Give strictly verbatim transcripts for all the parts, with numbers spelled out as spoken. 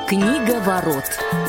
Книга ворот.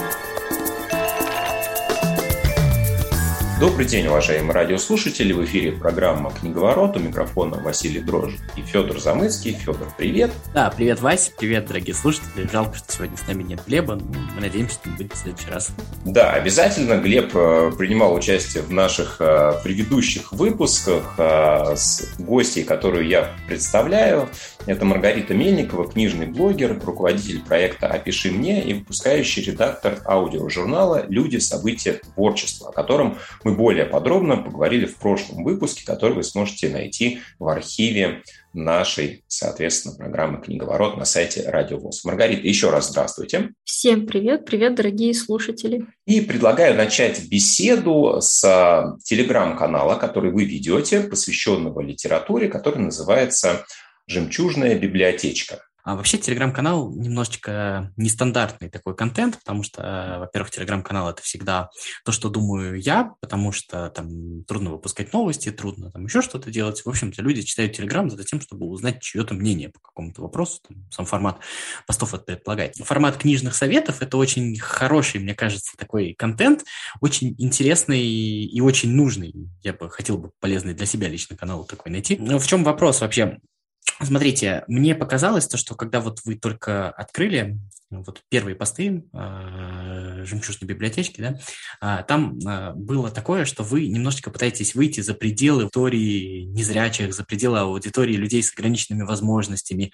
Добрый день, уважаемые радиослушатели. В эфире программа «Книговорот». У микрофона Василий Дрожжин и Федор Замыцкий. Федор, привет. Да, привет, Вась. Привет, дорогие слушатели. Жалко, что сегодня с нами нет Глеба. Но мы надеемся, что он будет в следующий раз. Да, обязательно. Глеб принимал участие в наших предыдущих выпусках с гостьей, которую я представляю. Это Маргарита Мельникова, книжный блогер, руководитель проекта «Опиши мне» и выпускающий редактор аудиожурнала «Люди, события, творчество», о котором мы более подробно поговорили в прошлом выпуске, который вы сможете найти в архиве нашей, соответственно, программы «Книговорот» на сайте Радио ВОС. Маргарита, еще раз здравствуйте. Всем привет, привет, дорогие слушатели. И предлагаю начать беседу с телеграм-канала, который вы ведете, посвященного литературе, который называется «Жемчужная библиотечка». А вообще телеграм-канал немножечко нестандартный такой контент, потому что, во-первых, телеграм-канал – это всегда то, что думаю я, потому что там трудно выпускать новости, трудно там еще что-то делать. В общем-то, люди читают телеграм за тем, чтобы узнать чье-то мнение по какому-то вопросу. Там, сам формат постов это предполагает. Формат книжных советов – это очень хороший, мне кажется, такой контент, очень интересный и очень нужный. Я бы хотел бы полезный для себя лично канал такой найти. Но в чем вопрос вообще? Смотрите, мне показалось то, что когда вот вы только открыли вот первые посты э, «Жемчужной библиотечки», да, э, там э, было такое, что вы немножечко пытаетесь выйти за пределы аудитории незрячих, за пределы аудитории людей с ограниченными возможностями.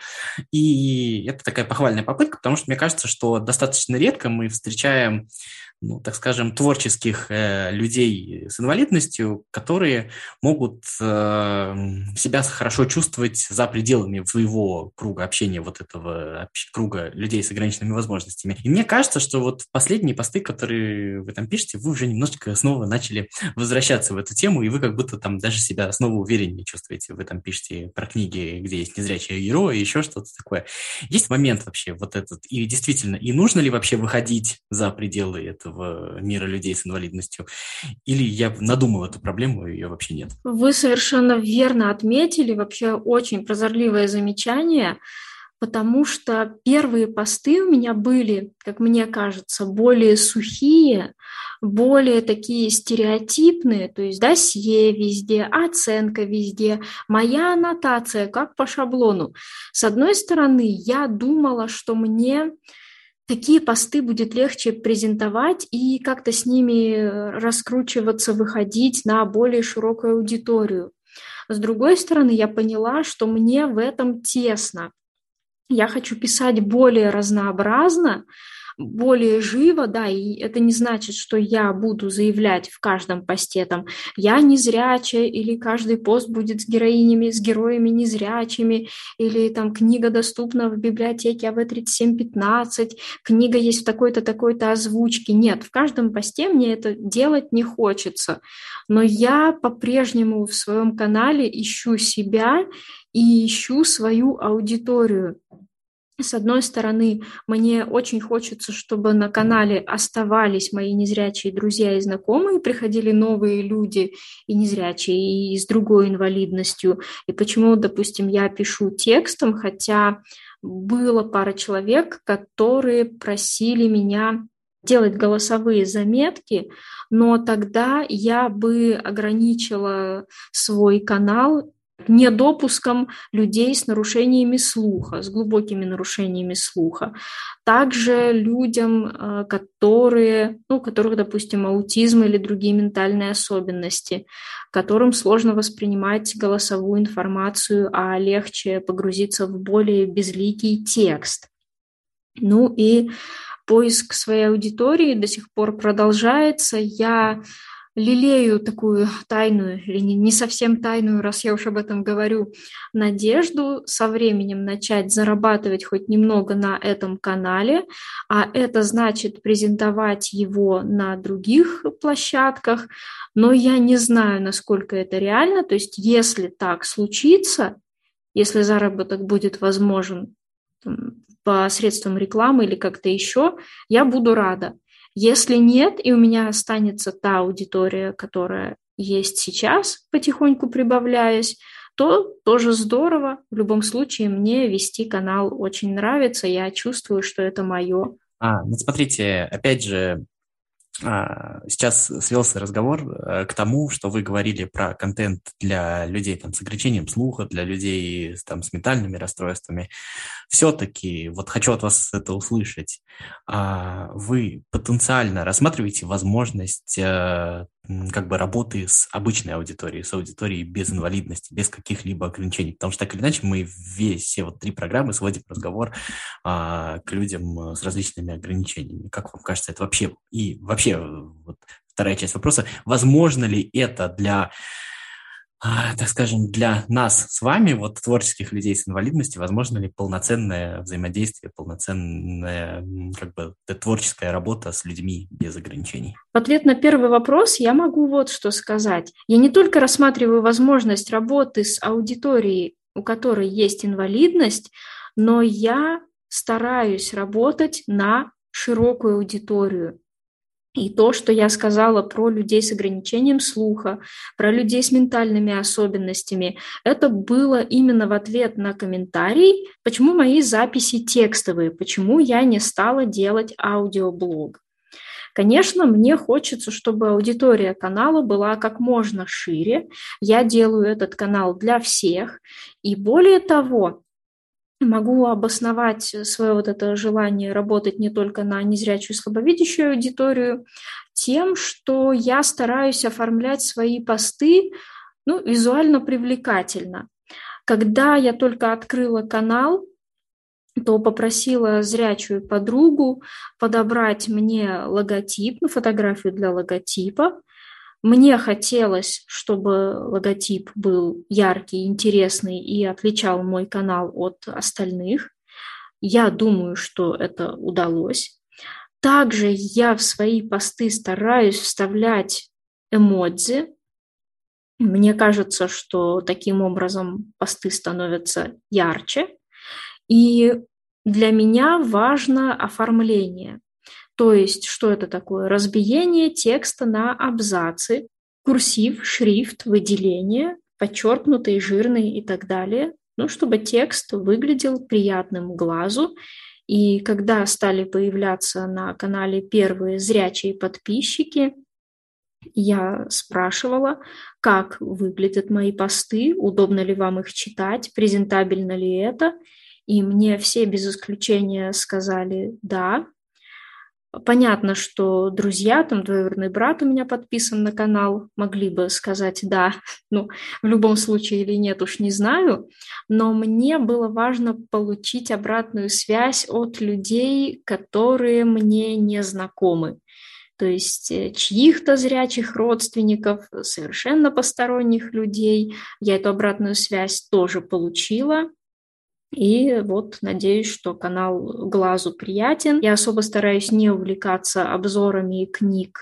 И это такая похвальная попытка, потому что мне кажется, что достаточно редко мы встречаем, ну, так скажем, творческих э, людей с инвалидностью, которые могут э, себя хорошо чувствовать за пределами своего круга общения, вот этого общ- круга людей с ограниченными возможностями. И мне кажется, что вот в последние посты, которые вы там пишете, вы уже немножечко снова начали возвращаться в эту тему, и вы как будто там даже себя снова увереннее чувствуете. Вы там пишете про книги, где есть незрячие герои, еще что-то такое. Есть момент вообще вот этот, и действительно, и нужно ли вообще выходить за пределы этого мира людей с инвалидностью? Или я надумал эту проблему, и ее вообще нет? Вы совершенно верно отметили, вообще очень прозорливое замечание, потому что первые посты у меня были, как мне кажется, более сухие, более такие стереотипные, то есть досье везде, оценка везде, моя аннотация, как по шаблону. С одной стороны, я думала, что мне такие посты будет легче презентовать и как-то с ними раскручиваться, выходить на более широкую аудиторию. С другой стороны, я поняла, что мне в этом тесно. Я хочу писать более разнообразно, более живо, да, и это не значит, что я буду заявлять в каждом посте там «я незрячая» или каждый пост будет с героинями, с героями незрячими, или там «книга доступна в библиотеке А В тридцать семь пятнадцать», «книга есть в такой-то, такой-то озвучке». Нет, в каждом посте мне это делать не хочется, но я по-прежнему в своем канале ищу себя и ищу свою аудиторию. С одной стороны, мне очень хочется, чтобы на канале оставались мои незрячие друзья и знакомые, приходили новые люди и незрячие, и с другой инвалидностью. И почему, допустим, я пишу текстом, хотя было пара человек, которые просили меня делать голосовые заметки, но тогда я бы ограничила свой канал недопуском людей с нарушениями слуха, с глубокими нарушениями слуха. Также людям, которые, ну, у которых, допустим, аутизм или другие ментальные особенности, которым сложно воспринимать голосовую информацию, а легче погрузиться в более безликий текст. Ну и поиск своей аудитории до сих пор продолжается. Я лелею такую тайную, или не совсем тайную, раз я уж об этом говорю, надежду со временем начать зарабатывать хоть немного на этом канале, а это значит презентовать его на других площадках, но я не знаю, насколько это реально, то есть если так случится, если заработок будет возможен там, посредством рекламы или как-то еще, я буду рада. Если нет, и у меня останется та аудитория, которая есть сейчас, потихоньку прибавляясь, то тоже здорово. В любом случае, мне вести канал очень нравится. Я чувствую, что это мое. А, ну, смотрите, опять же, сейчас свелся разговор к тому, что вы говорили про контент для людей там, с ограничением слуха, для людей там, с ментальными расстройствами. Все-таки, вот хочу от вас это услышать, вы потенциально рассматриваете возможность как бы работы с обычной аудиторией, с аудиторией без инвалидности, без каких-либо ограничений? Потому что так или иначе мы весь, все вот три программы сводим разговор а, к людям с различными ограничениями. Как вам кажется, это вообще... И вообще, вот вторая часть вопроса, возможно ли это для... так скажем, для нас с вами, вот творческих людей с инвалидностью, возможно ли полноценное взаимодействие, полноценная как бы творческая работа с людьми без ограничений? В ответ на первый вопрос я могу вот что сказать. Я не только рассматриваю возможность работы с аудиторией, у которой есть инвалидность, но я стараюсь работать на широкую аудиторию. И то, что я сказала про людей с ограничением слуха, про людей с ментальными особенностями, это было именно в ответ на комментарий, почему мои записи текстовые, почему я не стала делать аудиоблог. Конечно, мне хочется, чтобы аудитория канала была как можно шире. Я делаю этот канал для всех. И более того, могу обосновать свое вот это желание работать не только на незрячую и слабовидящую аудиторию тем, что я стараюсь оформлять свои посты ну, визуально привлекательно. Когда я только открыла канал, то попросила зрячую подругу подобрать мне логотип, ну, фотографию для логотипа. Мне хотелось, чтобы логотип был яркий, интересный и отличал мой канал от остальных. Я думаю, что это удалось. Также я в свои посты стараюсь вставлять эмодзи. Мне кажется, что таким образом посты становятся ярче. И для меня важно оформление. То есть, что это такое? Разбиение текста на абзацы, курсив, шрифт, выделение, подчеркнутый, жирный и так далее. Ну, чтобы текст выглядел приятным глазу. И когда стали появляться на канале первые зрячие подписчики, я спрашивала, как выглядят мои посты, удобно ли вам их читать, презентабельно ли это. И мне все без исключения сказали «да». Понятно, что друзья, там двоюродный брат у меня подписан на канал, могли бы сказать «да», ну, в любом случае или нет, уж не знаю, но мне было важно получить обратную связь от людей, которые мне не знакомы. То есть чьих-то зрячих родственников, совершенно посторонних людей. Я эту обратную связь тоже получила. И вот надеюсь, что канал глазу приятен. Я особо стараюсь не увлекаться обзорами книг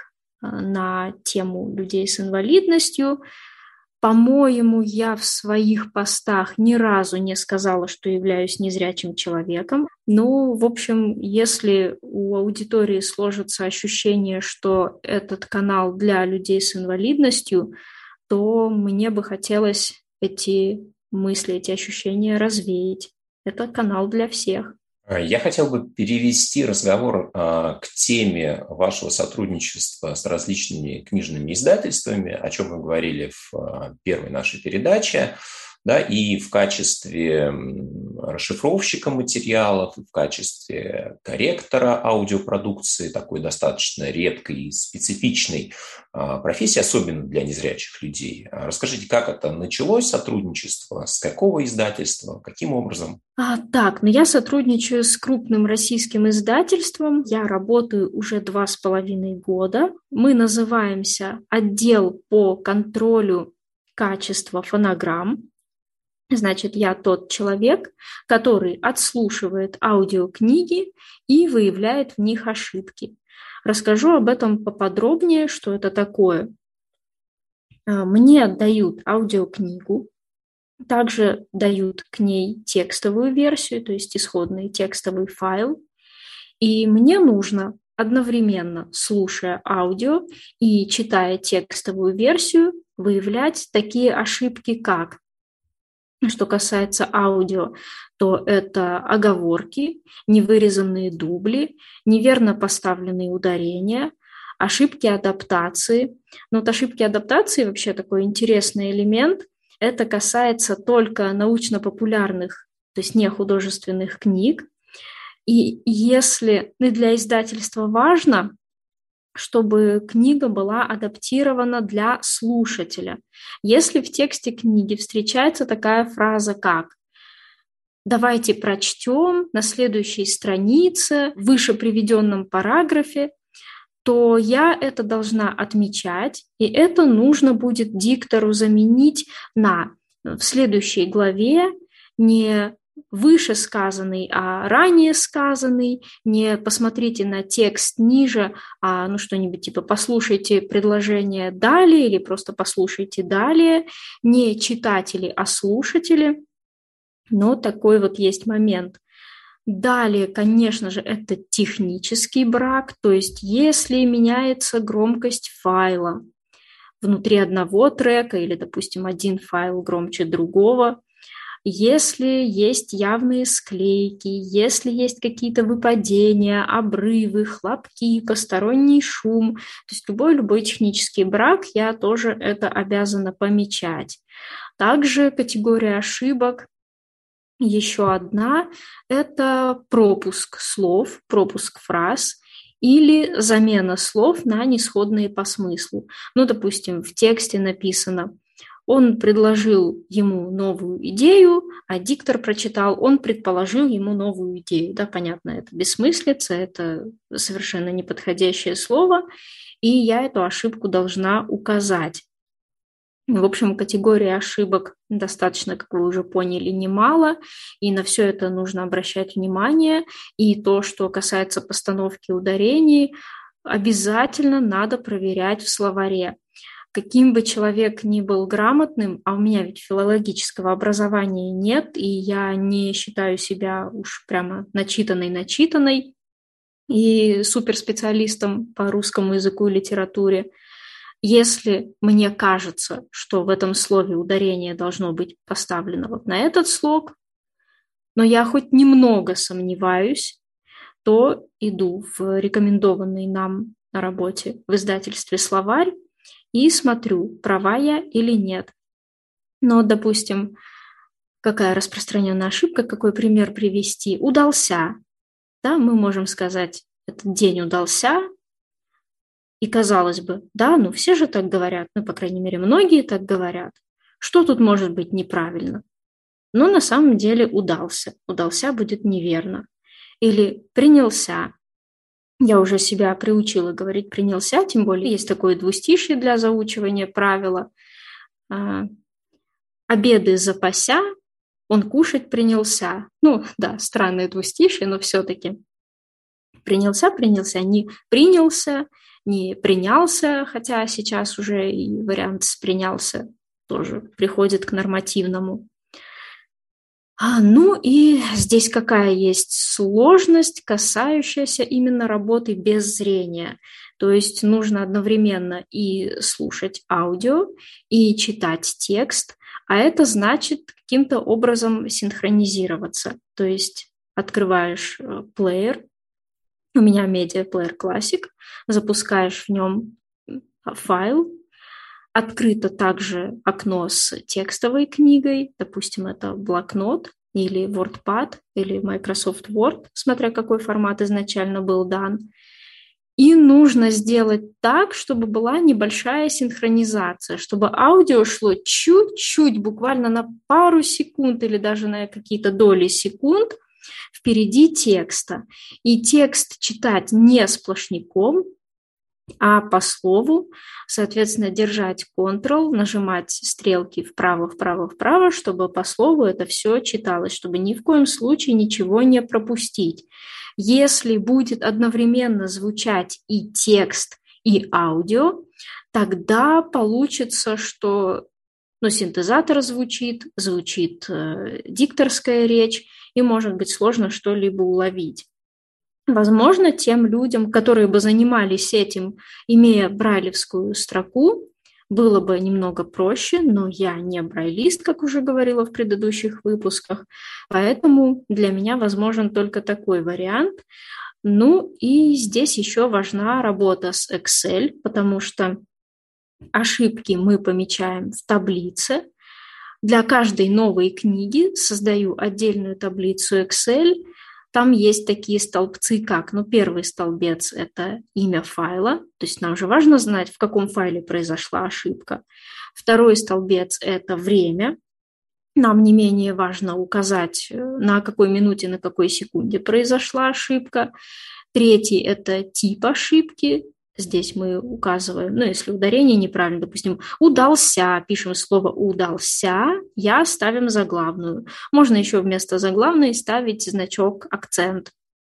на тему людей с инвалидностью. По-моему, я в своих постах ни разу не сказала, что являюсь незрячим человеком. Ну, в общем, если у аудитории сложится ощущение, что этот канал для людей с инвалидностью, то мне бы хотелось эти мысли, эти ощущения развеять. Это канал для всех. Я хотел бы перевести разговор а, к теме вашего сотрудничества с различными книжными издательствами, о чем мы говорили в а, первой нашей передаче, да, и в качестве расшифровщика материалов, и в качестве корректора аудиопродукции, такой достаточно редкой и специфичной а, профессии, особенно для незрячих людей. Расскажите, как это началось, сотрудничество, с какого издательства, каким образом? А, так, ну я сотрудничаю с крупным российским издательством. Я работаю уже два с половиной года. Мы называемся «Отдел по контролю качества фонограмм». Значит, я тот человек, который отслушивает аудиокниги и выявляет в них ошибки. Расскажу об этом поподробнее, что это такое. Мне дают аудиокнигу, также дают к ней текстовую версию, то есть исходный текстовый файл. И мне нужно одновременно, слушая аудио и читая текстовую версию, выявлять такие ошибки, как Что касается аудио, то это оговорки, невырезанные дубли, неверно поставленные ударения, ошибки адаптации. Но вот ошибки адаптации вообще такой интересный элемент. Это касается только научно-популярных, то есть не художественных книг. И если для издательства важно, чтобы книга была адаптирована для слушателя. Если в тексте книги встречается такая фраза, как «давайте прочтем на следующей странице, в выше приведенном параграфе», то я это должна отмечать, и это нужно будет диктору заменить на в следующей главе не выше сказанный, а ранее сказанный, не посмотрите на текст ниже, а ну что-нибудь типа послушайте предложение далее или просто послушайте далее, не читатели, а слушатели. Но такой вот есть момент. Далее, конечно же, это технический брак, то есть если меняется громкость файла внутри одного трека или, допустим, один файл громче другого, если есть явные склейки, если есть какие-то выпадения, обрывы, хлопки, посторонний шум, то есть любой-любой технический брак, я тоже это обязана помечать. Также категория ошибок. Еще одна – это пропуск слов, пропуск фраз или замена слов на несходные по смыслу. Ну, допустим, в тексте написано «он предложил ему новую идею», а диктор прочитал «он предположил ему новую идею». Да, понятно, это бессмыслица, это совершенно неподходящее слово, и я эту ошибку должна указать. В общем, категории ошибок достаточно, как вы уже поняли, немало, и на все это нужно обращать внимание. И то, что касается постановки ударений, обязательно надо проверять в словаре. Каким бы человек ни был грамотным, а у меня ведь филологического образования нет, и я не считаю себя уж прямо начитанной-начитанной и суперспециалистом по русскому языку и литературе, если мне кажется, что в этом слове ударение должно быть поставлено вот на этот слог, но я хоть немного сомневаюсь, то иду в рекомендованный нам на работе в издательстве словарь и смотрю, права я или нет. Но, допустим, какая распространенная ошибка, какой пример привести? Удался. Да, мы можем сказать, этот день удался. И казалось бы, да, ну все же так говорят, ну, по крайней мере, многие так говорят. Что тут может быть неправильно? Но на самом деле удался. Удался будет неверно. Или принялся. Я уже себя приучила говорить принялся, тем более есть такое двустишье для заучивания правила. Обеды запася, он кушать принялся. Ну, да, странное двустишье, но все-таки. Принялся, принялся, не принялся, не принялся, хотя сейчас уже и вариант с принялся тоже приходит к нормативному. А, ну и здесь какая есть сложность, касающаяся именно работы без зрения. То есть нужно одновременно и слушать аудио, и читать текст, а это значит каким-то образом синхронизироваться. То есть открываешь плеер, у меня Media Player Classic, запускаешь в нем файл, открыто также окно с текстовой книгой, допустим, это блокнот или WordPad или Microsoft Word, смотря какой формат изначально был дан. И нужно сделать так, чтобы была небольшая синхронизация, чтобы аудио шло чуть-чуть, буквально на пару секунд или даже на какие-то доли секунд впереди текста. И текст читать не сплошняком, а по слову, соответственно, держать Ctrl, нажимать стрелки вправо, вправо, вправо, чтобы по слову это все читалось, чтобы ни в коем случае ничего не пропустить. Если будет одновременно звучать и текст, и аудио, тогда получится, что ну, синтезатор звучит, звучит э, дикторская речь, и может быть сложно что-либо уловить. Возможно, тем людям, которые бы занимались этим, имея брайлевскую строку, было бы немного проще, но я не брайлист, как уже говорила в предыдущих выпусках, поэтому для меня возможен только такой вариант. Ну и здесь еще важна работа с Excel, потому что ошибки мы помечаем в таблице. Для каждой новой книги создаю отдельную таблицу Excel. Там есть такие столбцы, как, ну, первый столбец – это имя файла, то есть нам же важно знать, в каком файле произошла ошибка. Второй столбец – это время. Нам не менее важно указать, на какой минуте, на какой секунде произошла ошибка. Третий – это тип ошибки. Здесь мы указываем, ну, если ударение неправильно, допустим, «удался», пишем слово «удался», я ставим заглавную. Можно еще вместо заглавной ставить значок «акцент».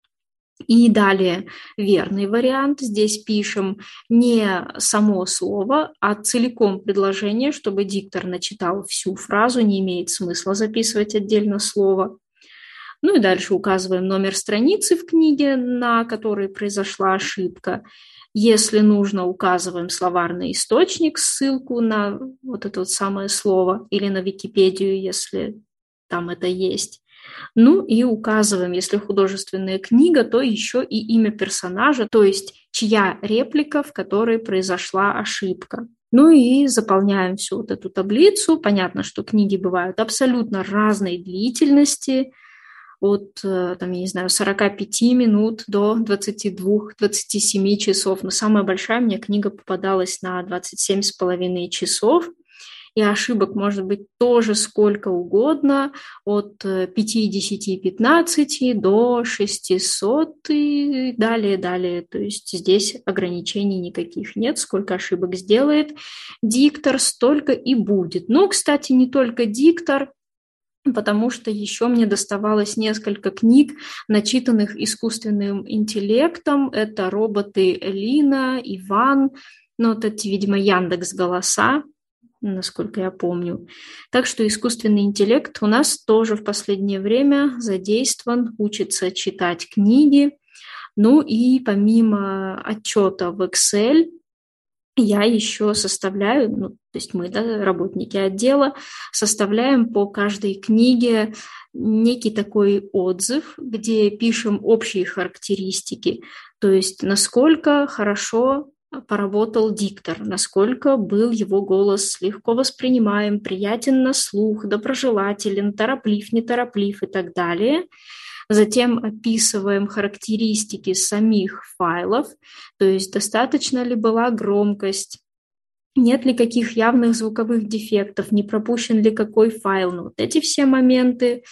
И далее верный вариант. Здесь пишем не само слово, а целиком предложение, чтобы диктор начитал всю фразу, не имеет смысла записывать отдельно слово. Ну и дальше указываем номер страницы в книге, на которой произошла ошибка. Если нужно, указываем словарный источник, ссылку на вот это вот самое слово, или на Википедию, если там это есть. Ну и указываем, если художественная книга, то еще и имя персонажа, то есть чья реплика, в которой произошла ошибка. Ну и заполняем всю вот эту таблицу. Понятно, что книги бывают абсолютно разной длительности, от, там, я не знаю, сорока пяти минут до двадцати двух — двадцати семи часов. Но самая большая мне книга попадалась на двадцать семь с половиной часов. И ошибок может быть тоже сколько угодно, от пятидесяти — пятнадцати до шестисот и далее, далее. То есть здесь ограничений никаких нет. Сколько ошибок сделает диктор, столько и будет. Но, кстати, не только диктор, потому что еще мне доставалось несколько книг, начитанных искусственным интеллектом. Это роботы Элина, Иван, ну, вот эти, видимо, Яндекс.Голоса, насколько я помню. Так что искусственный интеллект у нас тоже в последнее время задействован, учится читать книги. Ну и помимо отчета в Excel, я еще составляю, ну, то есть мы, да, работники отдела, составляем по каждой книге некий такой отзыв, где пишем общие характеристики, то есть насколько хорошо поработал диктор, насколько был его голос легко воспринимаем, приятен на слух, доброжелателен, тороплив, нетороплив и так далее. Затем описываем характеристики самих файлов, то есть достаточно ли была громкость, нет ли каких явных звуковых дефектов, не пропущен ли какой файл, ну, вот эти все моменты.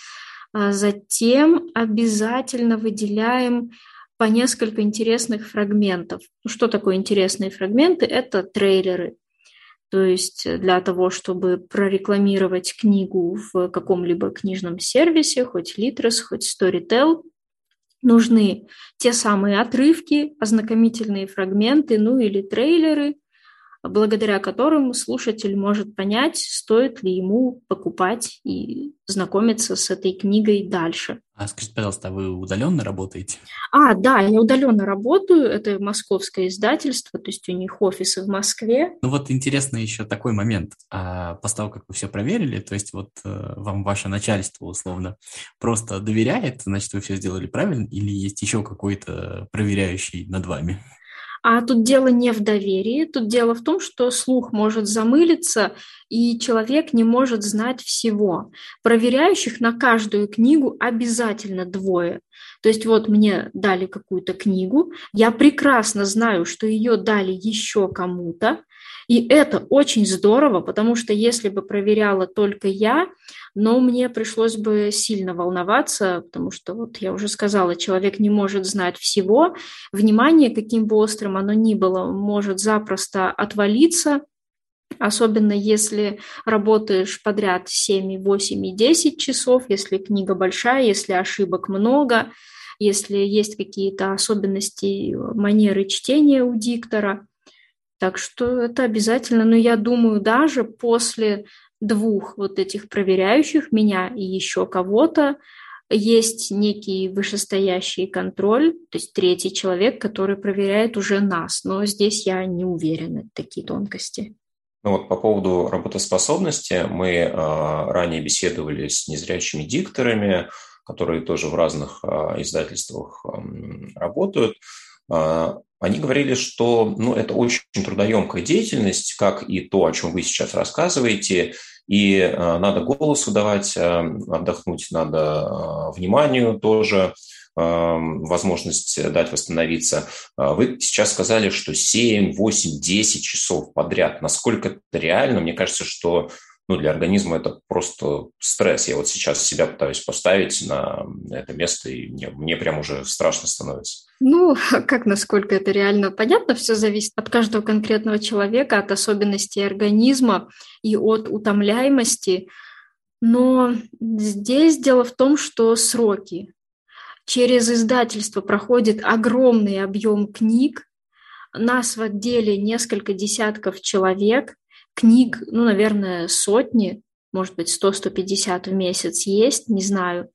Затем обязательно выделяем по несколько интересных фрагментов. Что такое интересные фрагменты? Это трейлеры. То есть для того, чтобы прорекламировать книгу в каком-либо книжном сервисе, хоть Литрес, хоть Storytel, нужны те самые отрывки, ознакомительные фрагменты, ну или трейлеры, благодаря которым слушатель может понять, стоит ли ему покупать и знакомиться с этой книгой дальше. А скажите, пожалуйста, а вы удаленно работаете? А, да, я удаленно работаю, это московское издательство, то есть у них офисы в Москве. Ну вот интересно еще такой момент. А после того, как вы все проверили, то есть вот э, вам ваше начальство условно просто доверяет, значит, вы все сделали правильно, или есть еще какой-то проверяющий над вами? А тут дело не в доверии, тут дело в том, что слух может замылиться, и человек не может знать всего. Проверяющих на каждую книгу обязательно двое. То есть вот мне дали какую-то книгу, я прекрасно знаю, что ее дали еще кому-то, и это очень здорово, потому что если бы проверяла только я, но мне пришлось бы сильно волноваться, потому что, вот я уже сказала, человек не может знать всего, внимание, каким бы острым оно ни было, может запросто отвалиться, особенно если работаешь подряд семь, восемь и десять часов, если книга большая, если ошибок много, если есть какие-то особенности манеры чтения у диктора. Так что это обязательно. Но я думаю, даже после двух вот этих проверяющих, меня и еще кого-то, есть некий вышестоящий контроль, то есть третий человек, который проверяет уже нас. Но здесь я не уверена в такие тонкости. Ну вот по поводу работоспособности мы э, ранее беседовали с незрячими дикторами, которые тоже в разных э, издательствах э, работают. Э, они говорили, что ну, это очень трудоемкая деятельность, как и то, о чем вы сейчас рассказываете, и э, надо голосу давать э, отдохнуть, надо э, вниманию тоже возможность дать восстановиться. Вы сейчас сказали, что семь, восемь, десять часов подряд. Насколько это реально? Мне кажется, что ну, для организма это просто стресс. Я вот сейчас себя пытаюсь поставить на это место, и мне, мне прям уже страшно становится. Ну, как насколько это реально? Понятно, все зависит от каждого конкретного человека, от особенностей организма и от утомляемости. Но здесь дело в том, что сроки. Через издательство проходит огромный объем книг. Нас в отделе несколько десятков человек. Книг, ну, наверное, сотни, может быть, сто - сто пятьдесят в месяц есть, не знаю.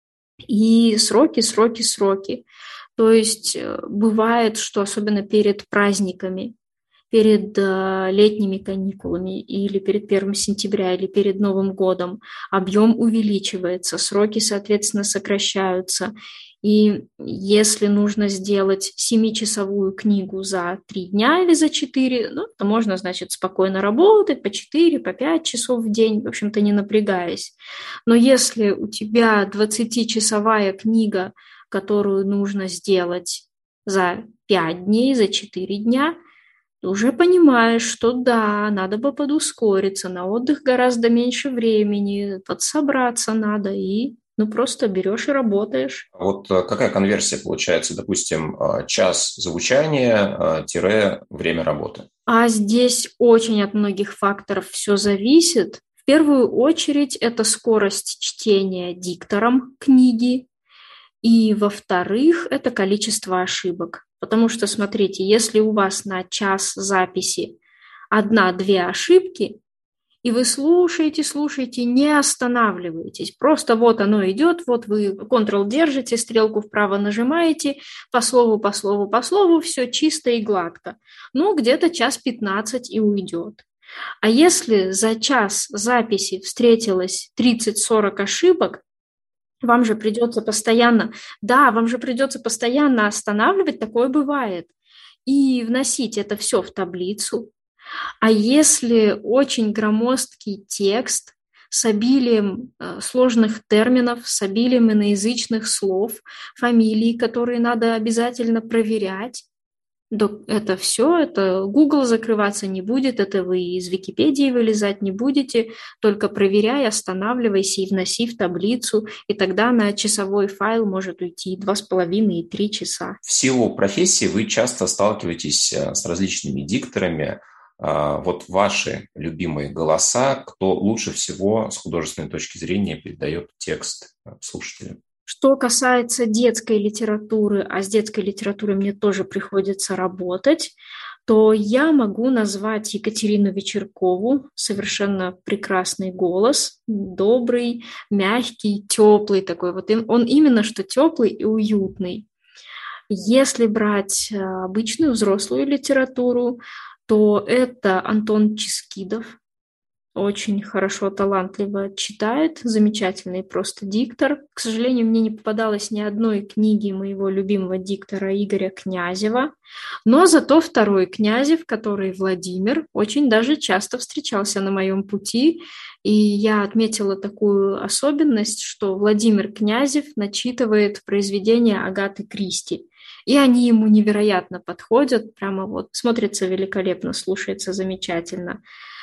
И сроки, сроки, сроки. То есть бывает, что особенно перед праздниками, перед летними каникулами или перед первым сентября или перед Новым годом объем увеличивается, сроки, соответственно, сокращаются. И если нужно сделать семичасовую книгу за три дня или за четыре, ну, то можно, значит, спокойно работать по четыре, по пять часов в день, в общем-то, не напрягаясь. Но если у тебя двадцатичасовая книга, которую нужно сделать за пять дней, за четыре дня, ты уже понимаешь, что да, надо бы подускориться, на отдых гораздо меньше времени, подсобраться надо, и ну просто берешь и работаешь. Вот какая конверсия получается, допустим, час звучания тире время работы? А здесь очень от многих факторов все зависит. В первую очередь это скорость чтения диктором книги, и во-вторых, это количество ошибок. Потому что, смотрите, если у вас на час записи одна-две ошибки, и вы слушаете, слушаете, не останавливаетесь, просто вот оно идет, вот вы Ctrl держите, стрелку вправо нажимаете, по слову, по слову, по слову, все чисто и гладко. Ну, где-то час пятнадцать и уйдет. А если за час записи встретилось тридцать-сорок ошибок, вам же придется постоянно, да, вам же придется постоянно останавливать, такое бывает, и вносить это все в таблицу. А если очень громоздкий текст с обилием э, сложных терминов, с обилием иноязычных слов, фамилий, которые надо обязательно проверять, это все, это Google закрываться не будет, это вы из Википедии вылезать не будете, только проверяй, останавливайся и вноси в таблицу, и тогда на часовой файл может уйти два с половиной и три часа. В силу профессии вы часто сталкиваетесь с различными дикторами. Вот ваши любимые голоса, кто лучше всего с художественной точки зрения передает текст слушателям? Что касается детской литературы, а с детской литературой мне тоже приходится работать, то я могу назвать Екатерину Вечеркову, совершенно прекрасный голос, добрый, мягкий, теплый такой. Вот он именно что теплый и уютный. Если брать обычную взрослую литературу, то это Антон Ческидов. Очень хорошо, талантливо читает, замечательный просто диктор. К сожалению, мне не попадалось ни одной книги моего любимого диктора Игоря Князева, но зато второй Князев, который Владимир, очень даже часто встречался на моем пути, и я отметила такую особенность, что Владимир Князев начитывает произведения Агаты Кристи, и они ему невероятно подходят, прямо вот смотрится великолепно, слушается замечательно.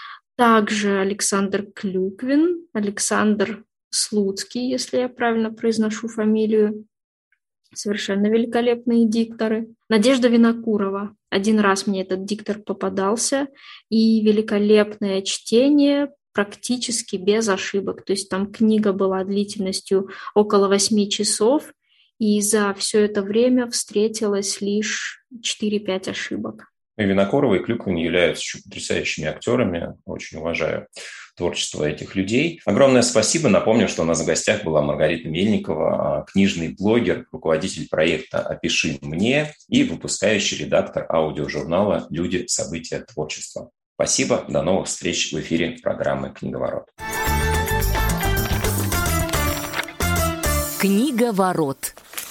Также Александр Клюквин, Александр Слуцкий, если я правильно произношу фамилию. Совершенно великолепные дикторы. Надежда Винокурова. Один раз мне этот диктор попадался, и великолепное чтение практически без ошибок. То есть там книга была длительностью около восьми часов, и за все это время встретилось лишь четыре-пять ошибок. И Винокурова, и Клюквин являются потрясающими актерами. Очень уважаю творчество этих людей. Огромное спасибо. Напомню, что у нас в гостях была Маргарита Мельникова, книжный блогер, руководитель проекта «Опиши мне» и выпускающий редактор аудиожурнала «Люди, события, творчество». Спасибо, до новых встреч в эфире программы «Книговорот». Книговорот.